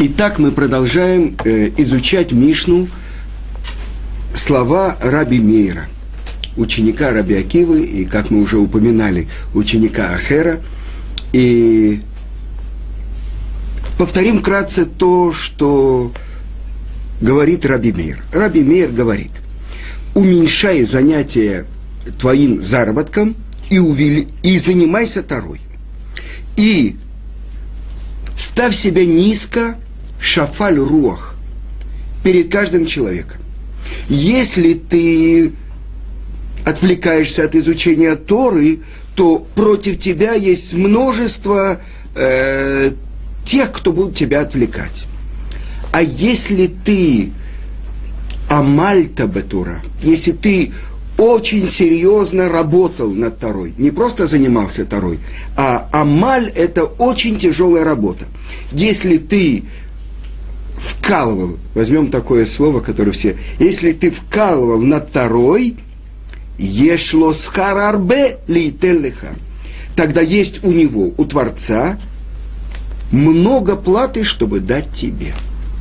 Итак, мы продолжаем изучать Мишну, слова Раби Меира, ученика Раби Акивы, и, как мы уже упоминали, ученика Ахера. И повторим вкратце то, что говорит Раби Меир. Раби Меир говорит: уменьшай занятия твоим заработком и занимайся Торой. И ставь себя низко, шафаль руах, перед каждым человеком. Если ты отвлекаешься от изучения Торы, то против тебя есть множество тех, кто будет тебя отвлекать. А если ты амальта бетура, если ты очень серьезно работал над Торой, не просто занимался Торой, а амаль – это очень тяжелая работа. Если ты вкалывал, возьмем такое слово, которое все, если ты вкалывал над Торой, ешло схар арбе лейтеллиха, тогда есть у него, у Творца, много платы, чтобы дать тебе.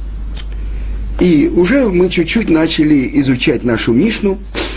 И уже мы чуть-чуть начали изучать нашу Мишну,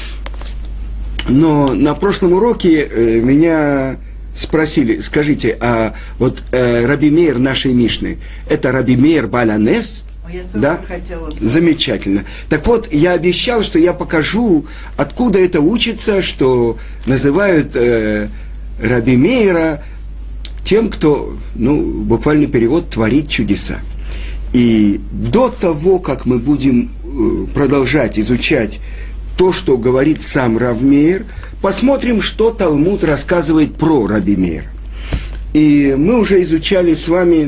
но на прошлом уроке меня спросили: скажите, а вот Раби Меир нашей Мишны, это Раби Меир Бааль ха-Нес? Да? Замечательно. Так вот, я обещал, что я покажу, откуда это учится, что называют Раби Меира тем, кто, буквальный перевод, творит чудеса. И до того, как мы будем продолжать изучать то, что говорит сам Рав Меир, посмотрим, что Талмуд рассказывает про Раби Меира. И мы уже изучали с вами,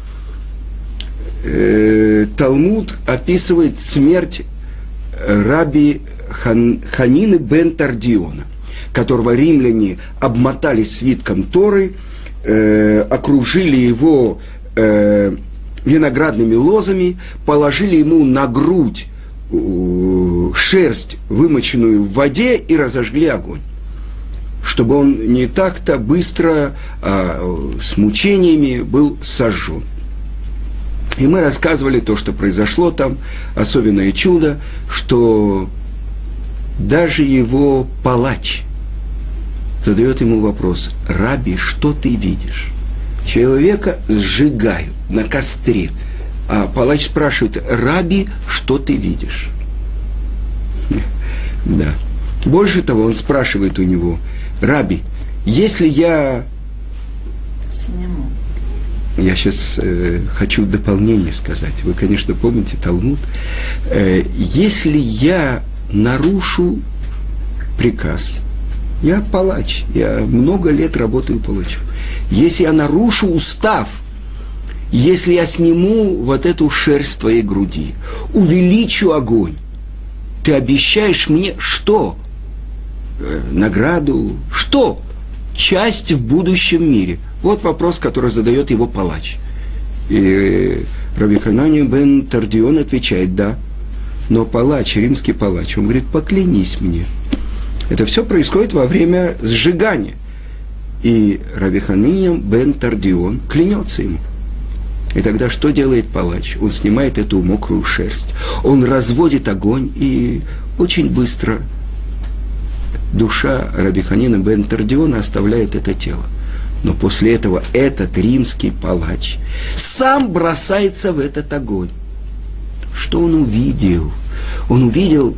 Талмуд описывает смерть Раби Ханины бен Тардиона, которого римляне обмотали свитком Торы, окружили его виноградными лозами, положили ему на грудь шерсть, вымоченную в воде, и разожгли огонь, чтобы он не так-то быстро, с мучениями был сожжен. И мы рассказывали то, что произошло там, особенное чудо, что даже его палач задает ему вопрос: «Раби, что ты видишь?» Человека сжигают на костре, а палач спрашивает: «Раби, что ты видишь?» Да. Больше того, он спрашивает у него: «Раби, если я...» Сниму. Я сейчас хочу дополнение сказать. Вы, конечно, помните Талмуд. Если я нарушу приказ, я палач, я много лет работаю палачом. Если я нарушу устав, если я сниму вот эту шерсть с твоей груди, увеличу огонь, ты обещаешь мне что? Награду? Что? Часть в будущем мире. Вот вопрос, который задает его палач. И Раби Ханани бен Тардион отвечает: да. Но палач, римский палач, он говорит: поклянись мне. Это все происходит во время сжигания. И Раби Ханани бен Тардион клянется ему. И тогда что делает палач? Он снимает эту мокрую шерсть, он разводит огонь, и очень быстро душа Раби Ханина бен Тардиона оставляет это тело. Но после этого этот римский палач сам бросается в этот огонь. Что он увидел? Он увидел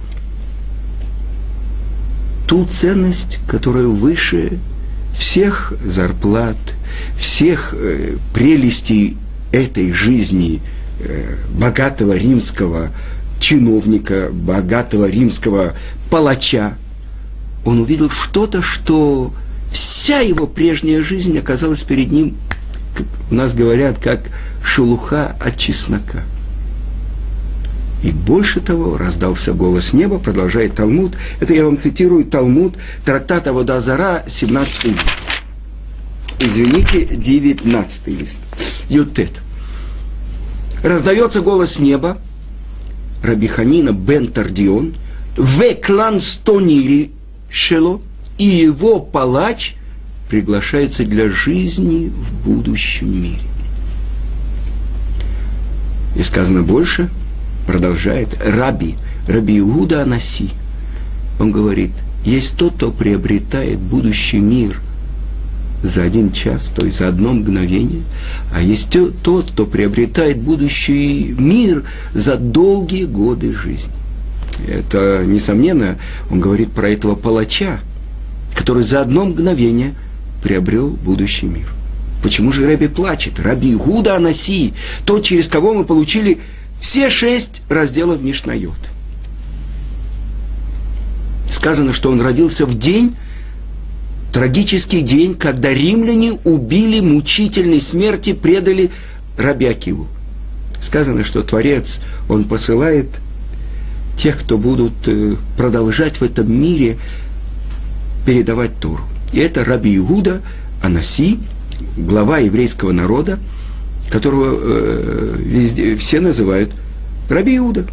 ту ценность, которая выше всех зарплат, всех прелестей этой жизни богатого римского чиновника, богатого римского палача. Он увидел что-то, что вся его прежняя жизнь оказалась перед ним, как у нас говорят, как шелуха от чеснока. И больше того, раздался голос неба, продолжает Талмуд. Это я вам цитирую Талмуд, трактат Авода Зара, 17 лист. Извините, 19 лист. Ютет. Раздается голос неба, Раби Ханина бен Тардион, в клан стонири шело, и его палач приглашается для жизни в будущем мире. И сказано больше, продолжает Раби Иуда Анаси. Он говорит, есть тот, кто приобретает будущий мир за 1 час, то есть за одно мгновение, а есть тот, кто приобретает будущий мир за долгие годы жизни. Это, несомненно, он говорит про этого палача, который за одно мгновение приобрел будущий мир. Почему же Ребе плачет? Раби Иуда Анаси, тот, через кого мы получили все 6 разделов Мишнайот. Сказано, что он родился в день, трагический день, когда римляне убили мучительной смерти, предали Раби Акиву. Сказано, что Творец, он посылает тех, кто будут продолжать в этом мире передавать Тору. И это Раби Иуда Анаси, глава еврейского народа, которого везде все называют Раби Иуда.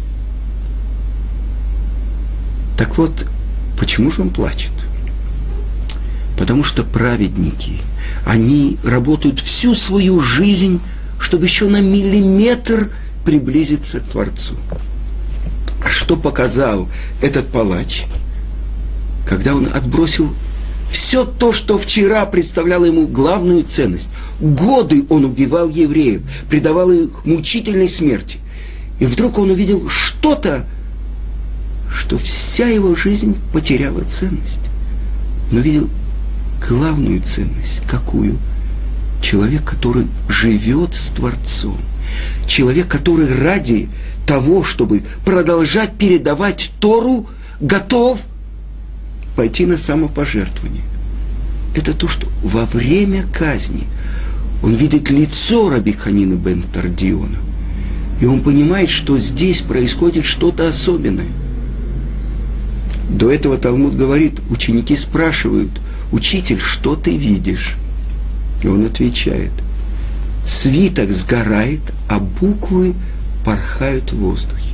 Так вот, почему же он плачет? Потому что праведники, они работают всю свою жизнь, чтобы еще на миллиметр приблизиться к Творцу. А что показал этот палач, когда он отбросил все то, что вчера представляло ему главную ценность? Годы он убивал евреев, предавал их мучительной смерти. И вдруг он увидел что-то, что вся его жизнь потеряла ценность. Он увидел главную ценность. Какую? Человек, который живет с Творцом. Человек, который ради того, чтобы продолжать передавать Тору, готов пойти на самопожертвование. Это то, что во время казни он видит лицо Раби Ханины бен Тардиона. И он понимает, что здесь происходит что-то особенное. До этого Талмуд говорит, ученики спрашивают, учитель, что ты видишь? И он отвечает, свиток сгорает, а буквы порхают в воздухе.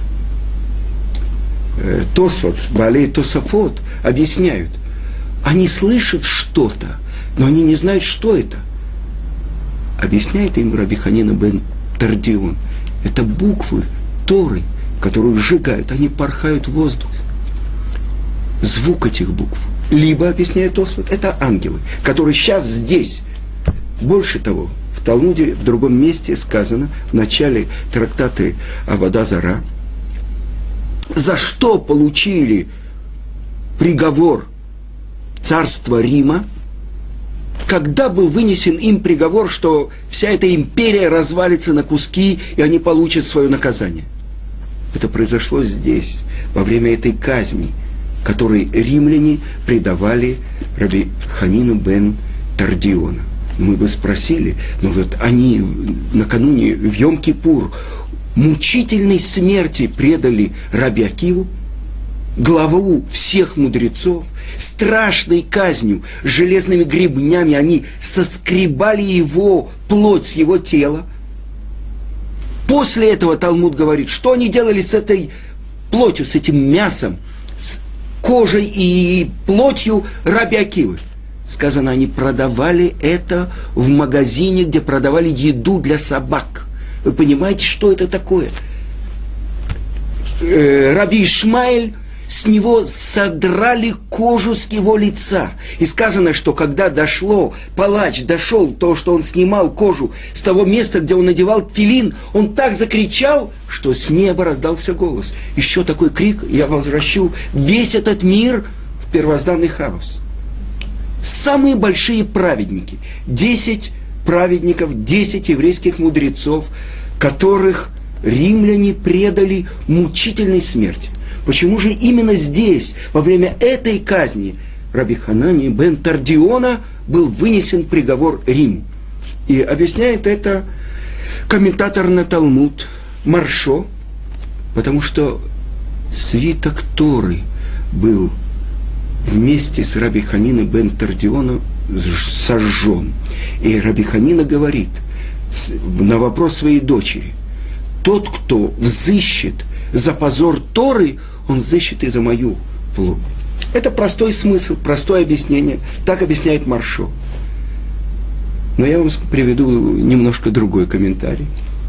Тосфот, Баалей Тосафот объясняют, они слышат что-то, но они не знают, что это. Объясняет им Раби Ханина бен Тардион, это буквы Торы, которые сжигают, они порхают в воздухе. Звук этих букв. Либо, объясняет Тосфот, это ангелы, которые сейчас здесь. Больше того, в Талмуде в другом месте сказано, в начале трактата Авода Зара, за что получили приговор царства Рима, когда был вынесен им приговор, что вся эта империя развалится на куски, и они получат свое наказание. Это произошло здесь, во время этой казни, которой римляне предавали Раби Ханину бен Тардиона. Мы бы спросили, но вот они накануне в Йом-Кипур мучительной смерти предали Раби Акиву, главу всех мудрецов, страшной казнью, железными гребнями они соскребали его плоть с его тела. После этого Талмуд говорит, что они делали с этой плотью, с этим мясом, с кожей и плотью Раби Акивы. Сказано, они продавали это в магазине, где продавали еду для собак. Вы понимаете, что это такое? Раби Ишмаэль, с него содрали кожу с его лица. И сказано, что когда палач дошел, то, что он снимал кожу с того места, где он надевал тфилин, он так закричал, что с неба раздался голос. Еще такой крик, я возвращу весь этот мир в первозданный хаос. Самые большие праведники, 10 праведников, 10 еврейских мудрецов, которых римляне предали мучительной смерти. Почему же именно здесь, во время этой казни, Раби Ханани бен Тардиона был вынесен приговор Риму? И объясняет это комментатор на Талмуд Маршо, потому что свиток Торы был вместе с Раби Ханина бен Тардиона сожжен. И Раби Ханина говорит на вопрос своей дочери, тот, кто взыщет за позор Торы, он взыщет и за мою плоть. Это простой смысл, простое объяснение. Так объясняет Маршо. Но я вам приведу немножко другой комментарий.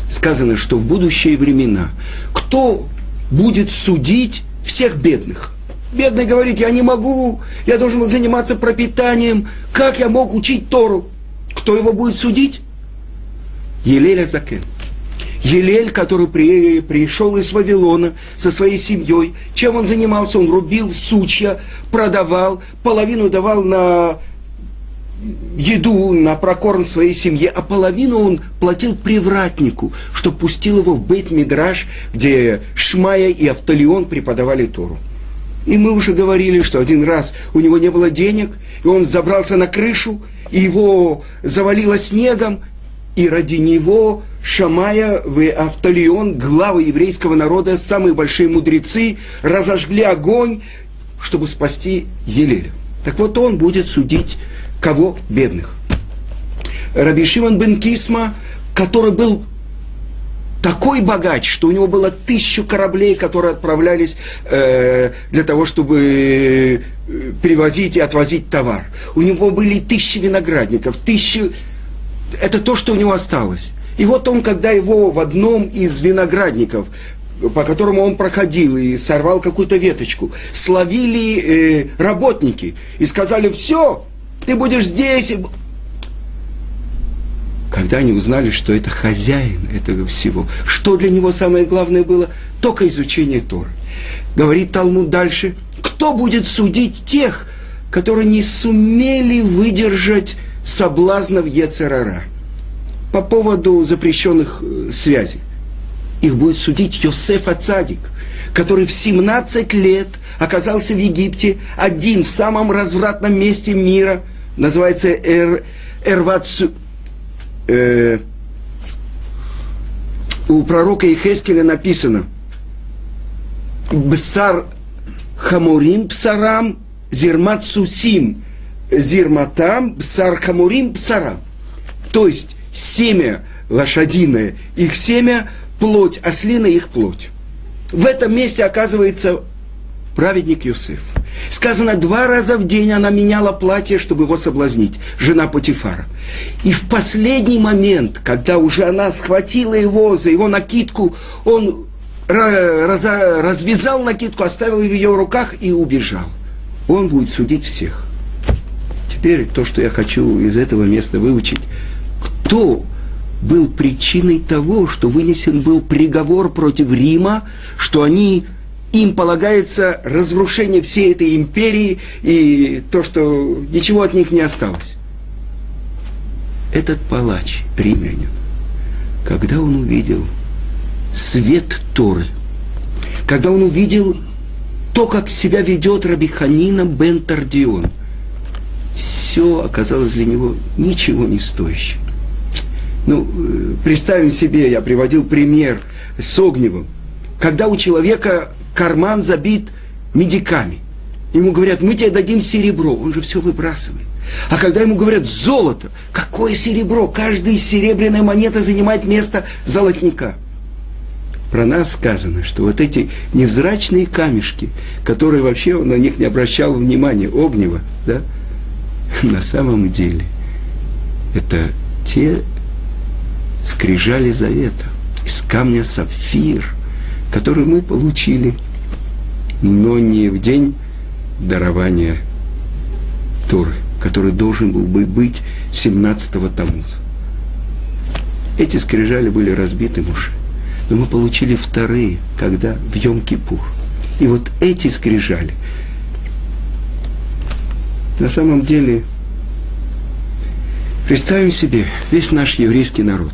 сказано, что в будущие времена кто будет судить всех бедных? Бедный говорит, я не могу, я должен был заниматься пропитанием, как я мог учить Тору? Кто его будет судить? Елель Азакен. Елель, который пришел из Вавилона со своей семьей. Чем он занимался? Он рубил сучья, продавал, половину давал на еду, на прокорм своей семье, а половину он платил привратнику, что пустил его в Бейт-Мидраш, где Шмая и Автолион преподавали Тору. И мы уже говорили, что один раз у него не было денег, и он забрался на крышу, и его завалило снегом, и ради него Шамая и Автолион, главы еврейского народа, самые большие мудрецы, разожгли огонь, чтобы спасти Елеля. Так вот, он будет судить кого? Бедных. Раби Шимон бен Кисма, который был такой богач, что у него было 1000 кораблей, которые отправлялись для того, чтобы перевозить и отвозить товар. У него были 1000 виноградников, 1000... Это то, что у него осталось. И вот он, когда его в одном из виноградников, по которому он проходил и сорвал какую-то веточку, словили работники и сказали, все, ты будешь здесь. Когда они узнали, что это хозяин этого всего, что для него самое главное было? Только изучение Торы. Говорит Талмуд дальше, кто будет судить тех, которые не сумели выдержать соблазнов Йецер ара по поводу запрещенных связей? Их будет судить Йосеф ха-Цадик, который в 17 лет оказался в Египте, один в самом развратном месте мира, называется Эрвацу. У пророка Ихескеля написано «Бсар хамурим псарам, зирмат сусим, зирматам, бсар хамурим псарам». То есть семя лошадиное, их семя, плоть ослиная, их плоть. В этом месте оказывается праведник Йосеф. Сказано, 2 раза в день она меняла платье, чтобы его соблазнить, жена Потифара. И в последний момент, когда уже она схватила его за его накидку, он развязал накидку, оставил ее в ее руках и убежал. Он будет судить всех. Теперь то, что я хочу из этого места выучить, кто был причиной того, что вынесен был приговор против Рима, что им полагается разрушение всей этой империи и то, что ничего от них не осталось. Этот палач, римлянин, когда он увидел свет Торы, когда он увидел то, как себя ведет Раби Ханина бен Тардион, все оказалось для него ничего не стоящим. Представим себе, я приводил пример с Огневым, когда у человека карман забит медиками. Ему говорят, мы тебе дадим серебро. Он же все выбрасывает. А когда ему говорят золото, какое серебро? Каждая серебряная монета занимает место золотника. Про нас сказано, что вот эти невзрачные камешки, которые вообще он на них не обращал внимания, Огнева, да, на самом деле это те скрижали завета из камня сапфир, который мы получили, но не в день дарования Торы, который должен был бы быть 17-го Тамуза. Эти скрижали были разбиты Моше, но мы получили вторые, когда в Йом-Кипур. И вот эти скрижали, на самом деле, представим себе весь наш еврейский народ.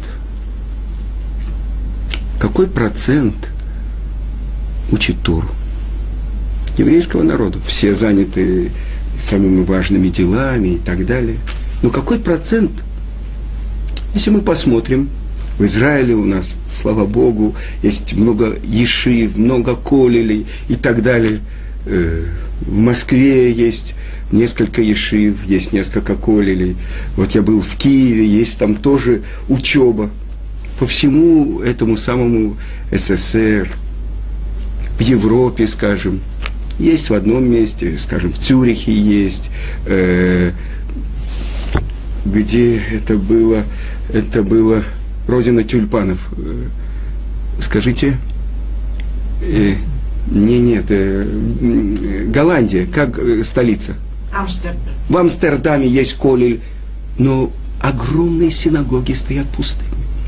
Какой процент учит Тору? Еврейского народа. Все заняты самыми важными делами и так далее. Но какой процент? Если мы посмотрим, в Израиле у нас, слава Богу, есть много ешив, много колелей и так далее. В Москве есть несколько ешив, есть несколько колелей. Вот я был в Киеве, есть там тоже учеба. По всему этому самому СССР, в Европе, скажем, есть в одном месте, скажем, в Цюрихе есть, где это было родина тюльпанов. Скажите. Голландия, как столица? Амстердам. В Амстердаме есть колель, но огромные синагоги стоят пустыми.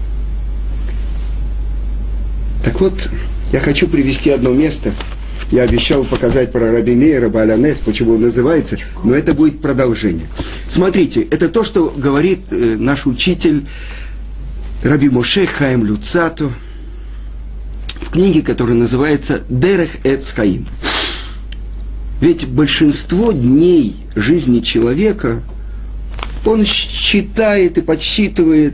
Так вот, я хочу привести одно место. Я обещал показать про Раби Меира Бааль ха-Нес, почему он называется, но это будет продолжение. Смотрите, это то, что говорит наш учитель Раби Моше Хаим Люцато в книге, которая называется «Дерех эц Хаим». Ведь большинство дней жизни человека он считает и подсчитывает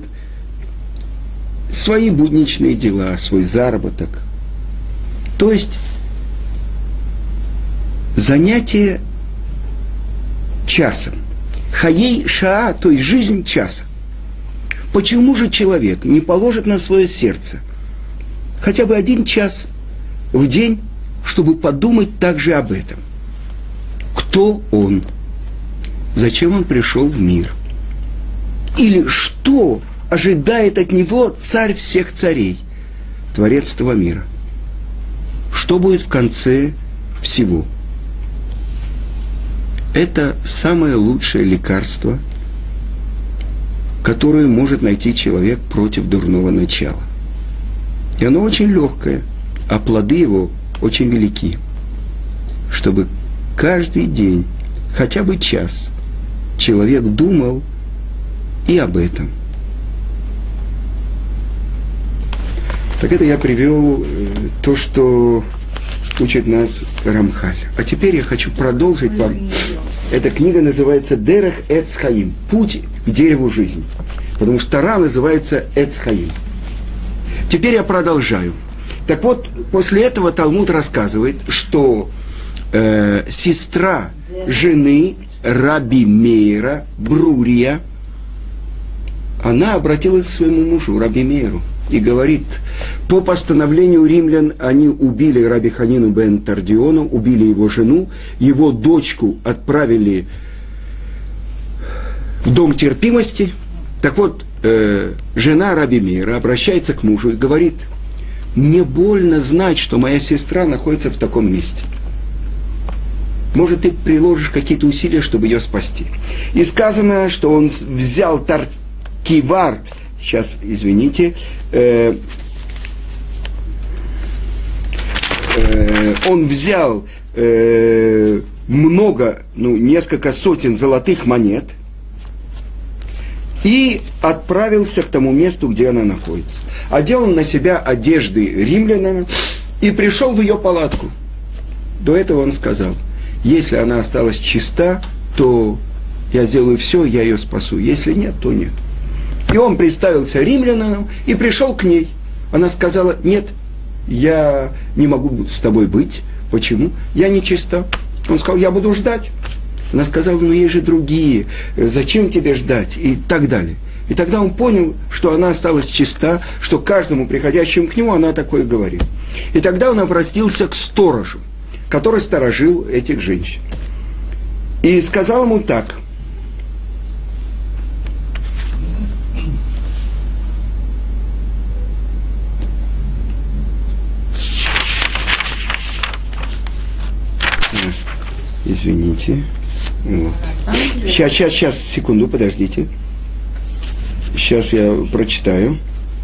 свои будничные дела, свой заработок. То есть занятие часом. Хаей шаа, то есть жизнь часа. Почему же человек не положит на свое сердце хотя бы 1 час в день, чтобы подумать также об этом? Кто он? Зачем он пришел в мир? Или что ожидает от него царь всех царей, Творец этого мира? Что будет в конце всего? Это самое лучшее лекарство, которое может найти человек против дурного начала. И оно очень легкое, а плоды его очень велики. Чтобы каждый день, хотя бы час, человек думал и об этом. Так это я привел то, что учит нас Рамхаль. А теперь я хочу продолжить вам. Эта книга называется «Дерех эц Хаим» – «Путь к дереву жизни». Потому что Тора называется «Эц Хаим». Теперь я продолжаю. Так вот, после этого Талмуд рассказывает, что сестра жены Раби Меира, Брурия, она обратилась к своему мужу, Раби Меиру, и говорит: по постановлению римлян они убили Раби Ханину бен Тардиона, убили его жену, его дочку отправили в дом терпимости. Так вот, жена Раби Меира обращается к мужу и говорит: мне больно знать, что моя сестра находится в таком месте. Может, ты приложишь какие-то усилия, чтобы ее спасти. И сказано, что он взял таркивар, сейчас, извините, он взял несколько сотен золотых монет и отправился к тому месту, где она находится. Одел он на себя одежды римлянина и пришел в ее палатку. До этого он сказал: если она осталась чиста, то я сделаю все, я ее спасу. Если нет, то нет. И он представился римлянином и пришел к ней. Она сказала: нет, я не могу с тобой быть. Почему? Я нечиста. Он сказал: я буду ждать. Она сказала: ну есть же другие, зачем тебе ждать? И так далее. И тогда он понял, что она осталась чиста, что каждому приходящему к нему она такое говорит. И тогда он обратился к сторожу, который сторожил этих женщин. И сказал ему так: извините. Вот. Сейчас, секунду, подождите. Сейчас я прочитаю.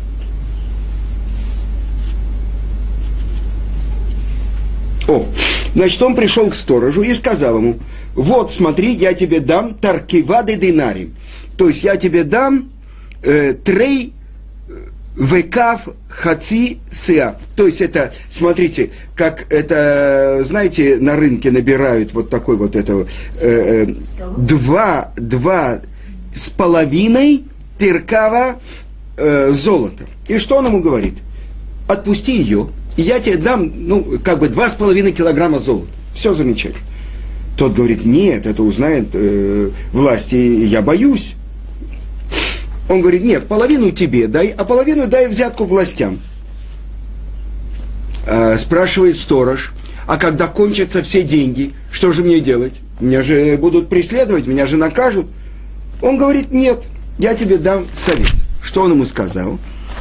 Значит, он пришел к сторожу и сказал ему: вот, смотри, я тебе дам таркивады динари. То есть я тебе дам трей векав хаци сеа. То есть это, смотрите, как это, знаете, на рынке набирают вот такой вот это 2,5 тыркава золота. И что он ему говорит? Отпусти ее, и я тебе дам, 2,5 килограмма золота. Все замечательно. Тот говорит: нет, это узнает власти, я боюсь. Он говорит: нет, половину тебе дай, а половину дай взятку властям. Спрашивает сторож: а когда кончатся все деньги, что же мне делать? Меня же будут преследовать, меня же накажут. Он говорит: нет, я тебе дам совет. Что он ему сказал?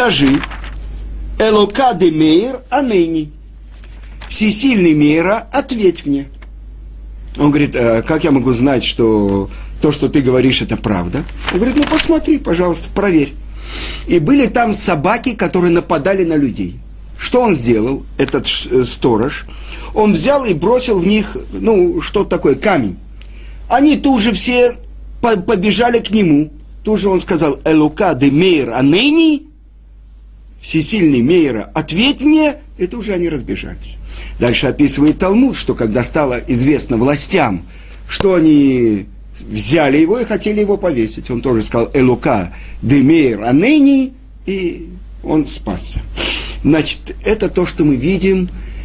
скажи, Элока де Мейр Анейни. Всесильный Мейра, ответь мне. Он говорит, как я могу знать, что то, что ты говоришь, это правда? Он говорит, ну посмотри, пожалуйста, проверь. И были там собаки, которые нападали на людей. Что он сделал, этот сторож? Он взял и бросил в них, что такое, камень. Они тут же все побежали к нему. Тут же он сказал, Элока де Мейр Анейни, всесильный Мейра, ответь мне. Это уже они разбежались. Дальше описывает Талмуд, что когда стало известно властям, что они взяли его и хотели его повесить, он тоже сказал Элока де Мейр Анейни, и он спасся. Значит, это то, что мы видим,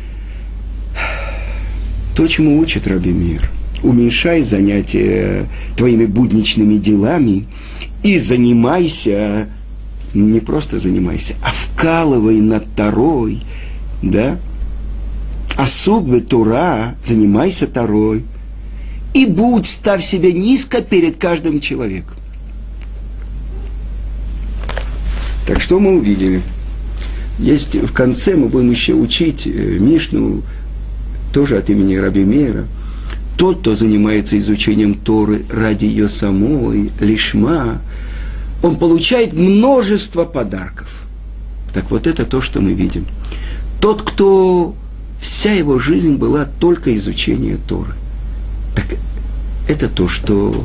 то, чему учит Раби Меир. Уменьшай занятия твоими будничными делами и занимайся, не просто занимайся, а вкалывай над Торой, да? Асук Тура, занимайся Торой. И ставь себя низко перед каждым человеком. Так что мы увидели? Есть в конце, мы будем еще учить Мишну, тоже от имени Раби Меира. Тот, кто занимается изучением Торы ради ее самой, лишма, он получает множество подарков. Так вот это то, что мы видим. Тот, кто вся его жизнь была только изучение Торы. Так это то, что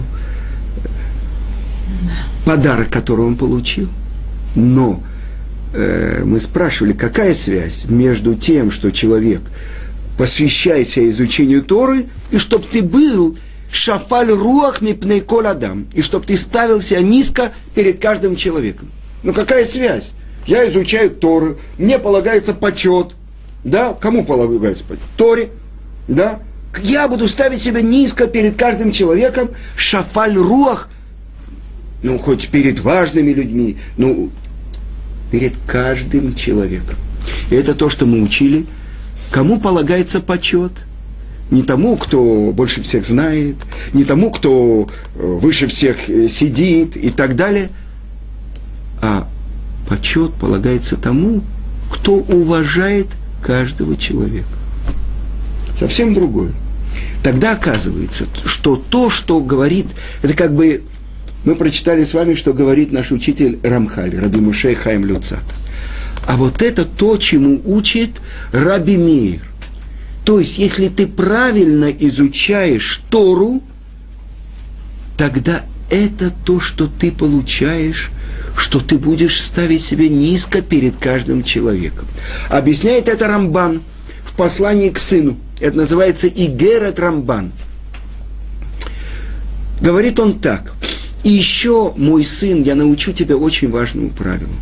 подарок, который он получил. Но мы спрашивали, какая связь между тем, что человек посвящайся изучению Торы, и чтоб ты был шафаль руах мипней коль адам, и чтоб ты ставил себя низко перед каждым человеком. Ну какая связь? Я изучаю Тору, мне полагается почет, да? Кому полагается почет? Торе, да? Я буду ставить себя низко перед каждым человеком, шафаль руах, хоть перед важными людьми, перед каждым человеком. И это то, что мы учили. Кому полагается почет? Не тому, кто больше всех знает, не тому, кто выше всех сидит и так далее, а почет полагается тому, кто уважает каждого человека. Совсем другое. Тогда оказывается, что то, что говорит, это как бы, мы прочитали с вами, что говорит наш учитель Рамхаль, Раби Моше Хаим Люцата. А вот это то, чему учит Раби Меир. То есть, если ты правильно изучаешь Тору, тогда это то, что ты получаешь, что ты будешь ставить себя низко перед каждым человеком. Объясняет это Рамбан в послании к сыну. Это называется Игерет Рамбан. Говорит он так. И еще, мой сын, я научу тебя очень важному правилу.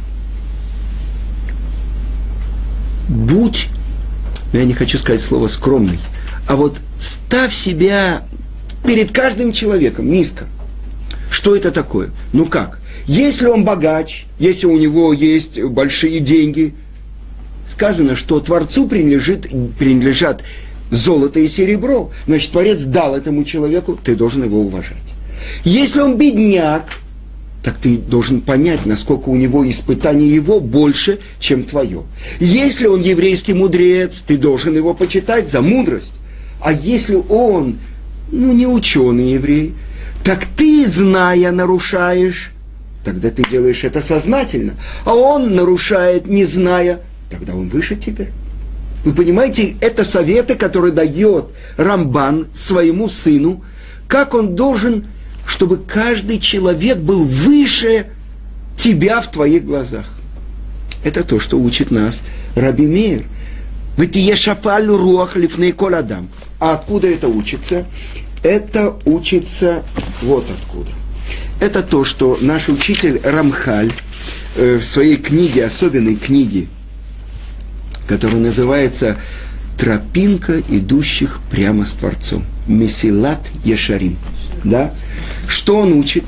Будь, я не хочу сказать слово скромный, а вот ставь себя перед каждым человеком низко. Что это такое? Как? Если он богач, если у него есть большие деньги, сказано, что Творцу принадлежат золото и серебро, значит, Творец дал этому человеку, ты должен его уважать. Если он бедняк, так ты должен понять, насколько у него испытание его больше, чем твое. Если он еврейский мудрец, ты должен его почитать за мудрость. А если он, не ученый еврей, так ты, зная, нарушаешь, тогда ты делаешь это сознательно. А он нарушает, не зная, тогда он выше тебя. Вы понимаете, это советы, которые дает Рамбан своему сыну, как он должен, чтобы каждый человек был выше тебя в твоих глазах. Это то, что учит нас Раби Меир. «Вытие шафалю руах лифней коль адам». А откуда это учится? Это учится вот откуда. Это то, что наш учитель Рамхаль в своей книге, особенной книге, которая называется «Тропинка идущих прямо с Творцом». Месилат Ешарим. Да? Что он учит?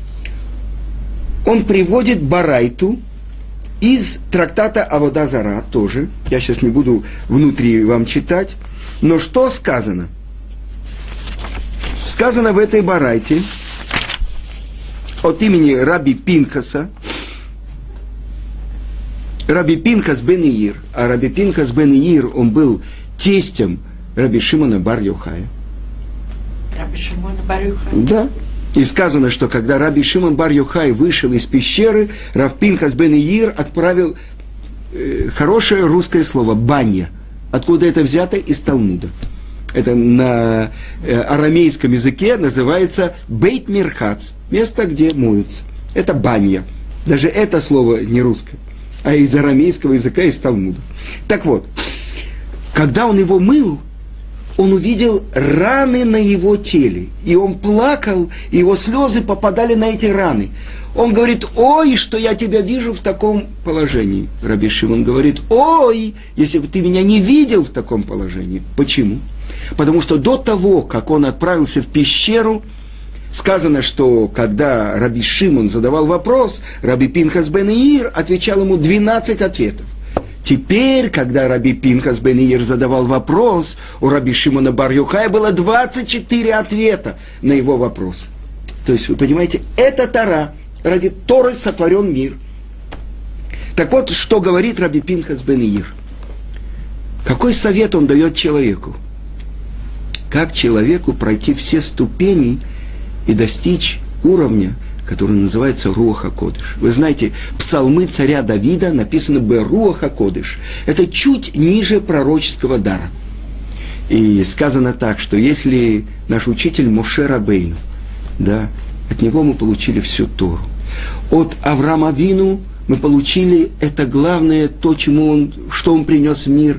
Он приводит барайту из трактата Авода Зара тоже. Я сейчас не буду внутри вам читать. Но что сказано? Сказано в этой барайте от имени Раби Пинхаса, Раби Пинхас бен Иир. А Раби Пинхас бен Иир, он был тестем Раби Шимона бар Йохая. Раби Шимона бар Йохая? Да. И сказано, что когда Раби Шимон бар Йохай вышел из пещеры, Рав Пинхас бен Иир отправил хорошее русское слово «баня». Откуда это взято? Из Талмуда. Это на арамейском языке называется «бейт мирхац», место, где моются. Это баня. Даже это слово не русское, а из арамейского языка, из Талмуда. Так вот, когда он его мыл, он увидел раны на его теле. И он плакал, и его слезы попадали на эти раны. Он говорит: ой, что я тебя вижу в таком положении. Раби Шимон говорит: ой, если бы ты меня не видел в таком положении. Почему? Потому что до того, как он отправился в пещеру, сказано, что когда Раби Шимон задавал вопрос, Раби Пинхас бен Иир отвечал ему 12 ответов. Теперь, когда Раби Пинхас бен Иир задавал вопрос, у Раби Шимона бар Йохая было 24 ответа на его вопрос. То есть, вы понимаете, это Тора. Ради Торы сотворен мир. Так вот, что говорит Раби Пинхас бен Иир. Какой совет он дает человеку? Как человеку пройти все ступени и достичь уровня, который называется Руах ха-Кодеш. Вы знаете, псалмы царя Давида написаны Руах ха-Кодеш. Это чуть ниже пророческого дара. И сказано так, что если наш учитель Моше Рабейну, да, от него мы получили всю Тору. От Авраама Авину мы получили это главное, то, что он принес в мир.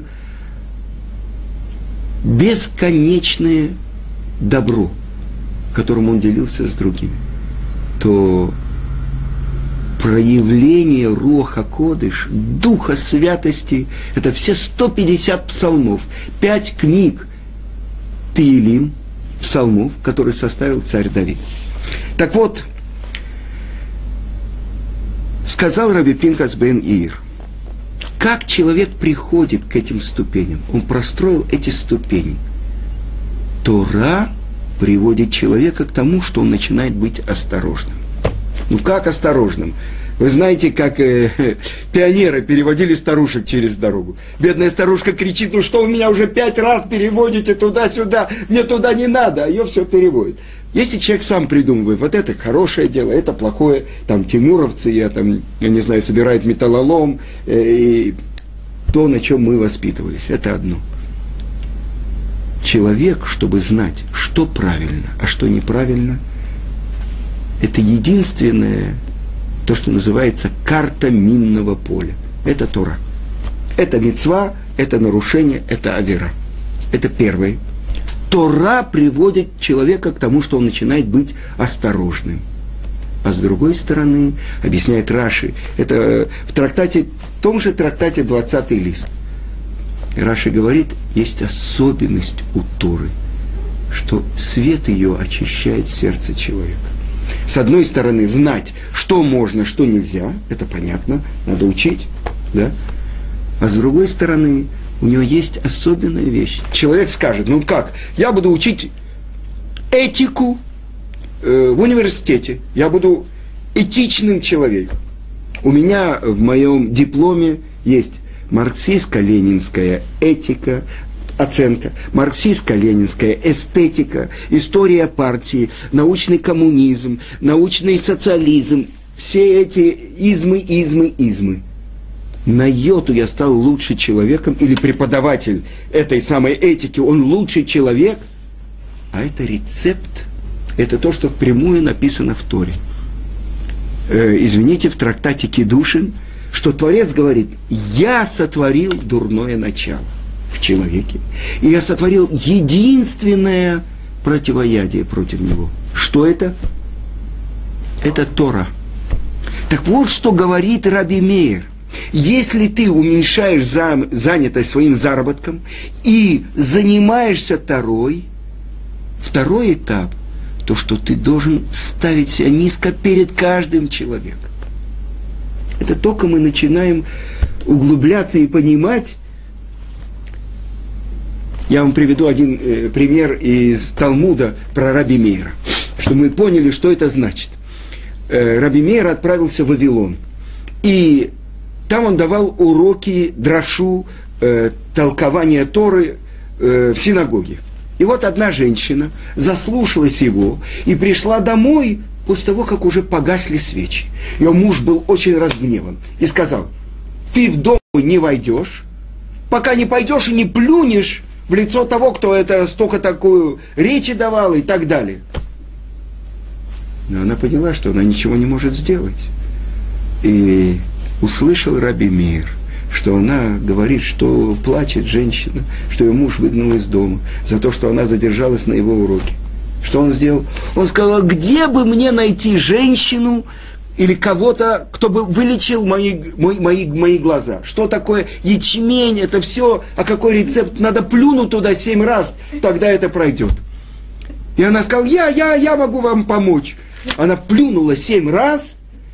Бесконечное добро, которым он делился с другими. То проявление Руах ха-Кодеш, Духа Святости, это все 150 псалмов, 5 книг Теилим, псалмов, которые составил царь Давид. Так вот, сказал Раби Пинхас бен Иир, как человек приходит к этим ступеням? Он простроил эти ступени. Тора приводит человека к тому, что он начинает быть осторожным. Ну как осторожным? Вы знаете, как пионеры переводили старушек через дорогу. Бедная старушка кричит: ну что вы меня уже 5 раз переводите туда-сюда, мне туда не надо, а ее все переводит. Если человек сам придумывает, вот это хорошее дело, это плохое, там тимуровцы, я не знаю, собирают металлолом, и то, на чем мы воспитывались, это одно. Человек, чтобы знать, что правильно, а что неправильно, это единственное, то, что называется карта минного поля. Это Тора. Это мицва, это нарушение, это авера. Это первое. Тора приводит человека к тому, что он начинает быть осторожным. А с другой стороны, объясняет Раши, это в том же трактате 20 лист. Раши говорит, есть особенность у Торы, что свет ее очищает сердце человека. С одной стороны, знать, что можно, что нельзя, это понятно, надо учить, да? А с другой стороны, у него есть особенная вещь. Человек скажет: ну как, я буду учить этику в университете, я буду этичным человеком. У меня в моем дипломе есть марксистско-ленинская этика, оценка, марксистско-ленинская эстетика, история партии, научный коммунизм, научный социализм, все эти измы. На йоту я стал лучше человеком, или преподаватель этой самой этики, он лучший человек, а это рецепт, это то, что впрямую написано в Торе. Извините, в трактате Кидушин, что Творец говорит: я сотворил дурное начало в человеке, и я сотворил единственное противоядие против него. Что это? Это Тора. Так вот, что говорит Раби Меир. Если ты уменьшаешь занятость своим заработком и занимаешься Торой, второй этап, то, что ты должен ставить себя низко перед каждым человеком. Это только мы начинаем углубляться и понимать. Я вам приведу один пример из Талмуда про Раби Меира, чтобы мы поняли, что это значит. Раби Меир отправился в Вавилон. И Там он давал уроки драшу, толкования Торы в синагоге. И вот одна женщина заслушалась его и пришла домой после того, как уже погасли свечи. Ее муж был очень разгневан и сказал: ты в дом не войдешь, пока не пойдешь и не плюнешь в лицо того, кто это столько такую речи давал и так далее. Но она поняла, что она ничего не может сделать. И услышал Раби Меир, что она говорит, что плачет женщина, что ее муж выгнал из дома за то, что она задержалась на его уроке. Что он сделал? Он сказал: где бы мне найти женщину или кого-то, кто бы вылечил мои глаза? Что такое ячмень? Это все, а какой рецепт? Надо плюнуть туда 7 раз, тогда это пройдет. И она сказала: я могу вам помочь. Она плюнула 7 раз,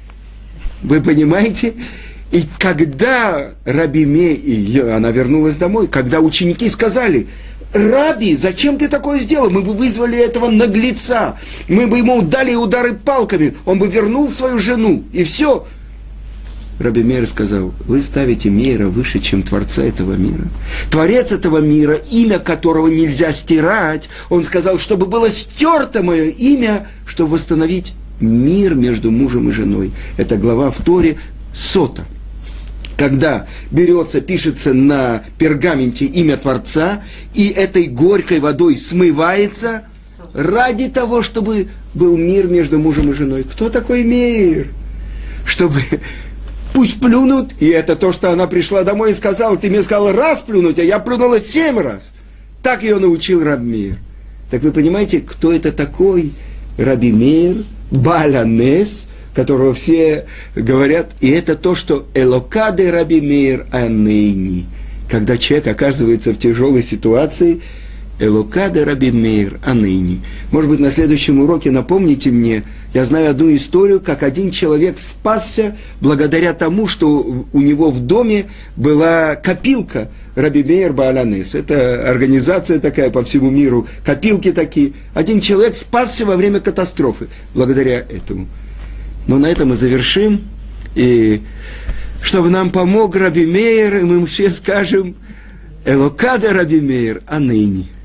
вы понимаете? И когда Раби Меир, она вернулась домой, когда ученики сказали: Раби, зачем ты такое сделал? Мы бы вызвали этого наглеца, мы бы ему дали удары палками, он бы вернул свою жену, и все. Раби Меир сказал: вы ставите Меира выше, чем Творца этого мира. Творец этого мира, имя которого нельзя стирать, он сказал, чтобы было стерто мое имя, чтобы восстановить мир между мужем и женой. Это глава в Торе Сота. Когда берется, пишется на пергаменте имя Творца, и этой горькой водой смывается ради того, чтобы был мир между мужем и женой. Кто такой Меир? Чтобы пусть плюнут, и это то, что она пришла домой и сказала: ты мне сказала раз плюнуть, а я плюнула 7 раз. Так ее научил Раби Меир. Так вы понимаете, кто это такой Раби Меир, Бааль ха-Нес, которого все говорят, и это то, что Элокаде Раби Меир Анейни. Когда человек оказывается в тяжелой ситуации, Элокаде Раби Меир Анейни. Может быть, на следующем уроке напомните мне, я знаю одну историю, как один человек спасся благодаря тому, что у него в доме была копилка Раби Меир Бааль ха-Нес. Это организация такая по всему миру, копилки такие. Один человек спасся во время катастрофы благодаря этому. Но на этом мы завершим. И чтобы нам помог Раби Меир, и мы все скажем: Элокаде Раби Меир Анейни.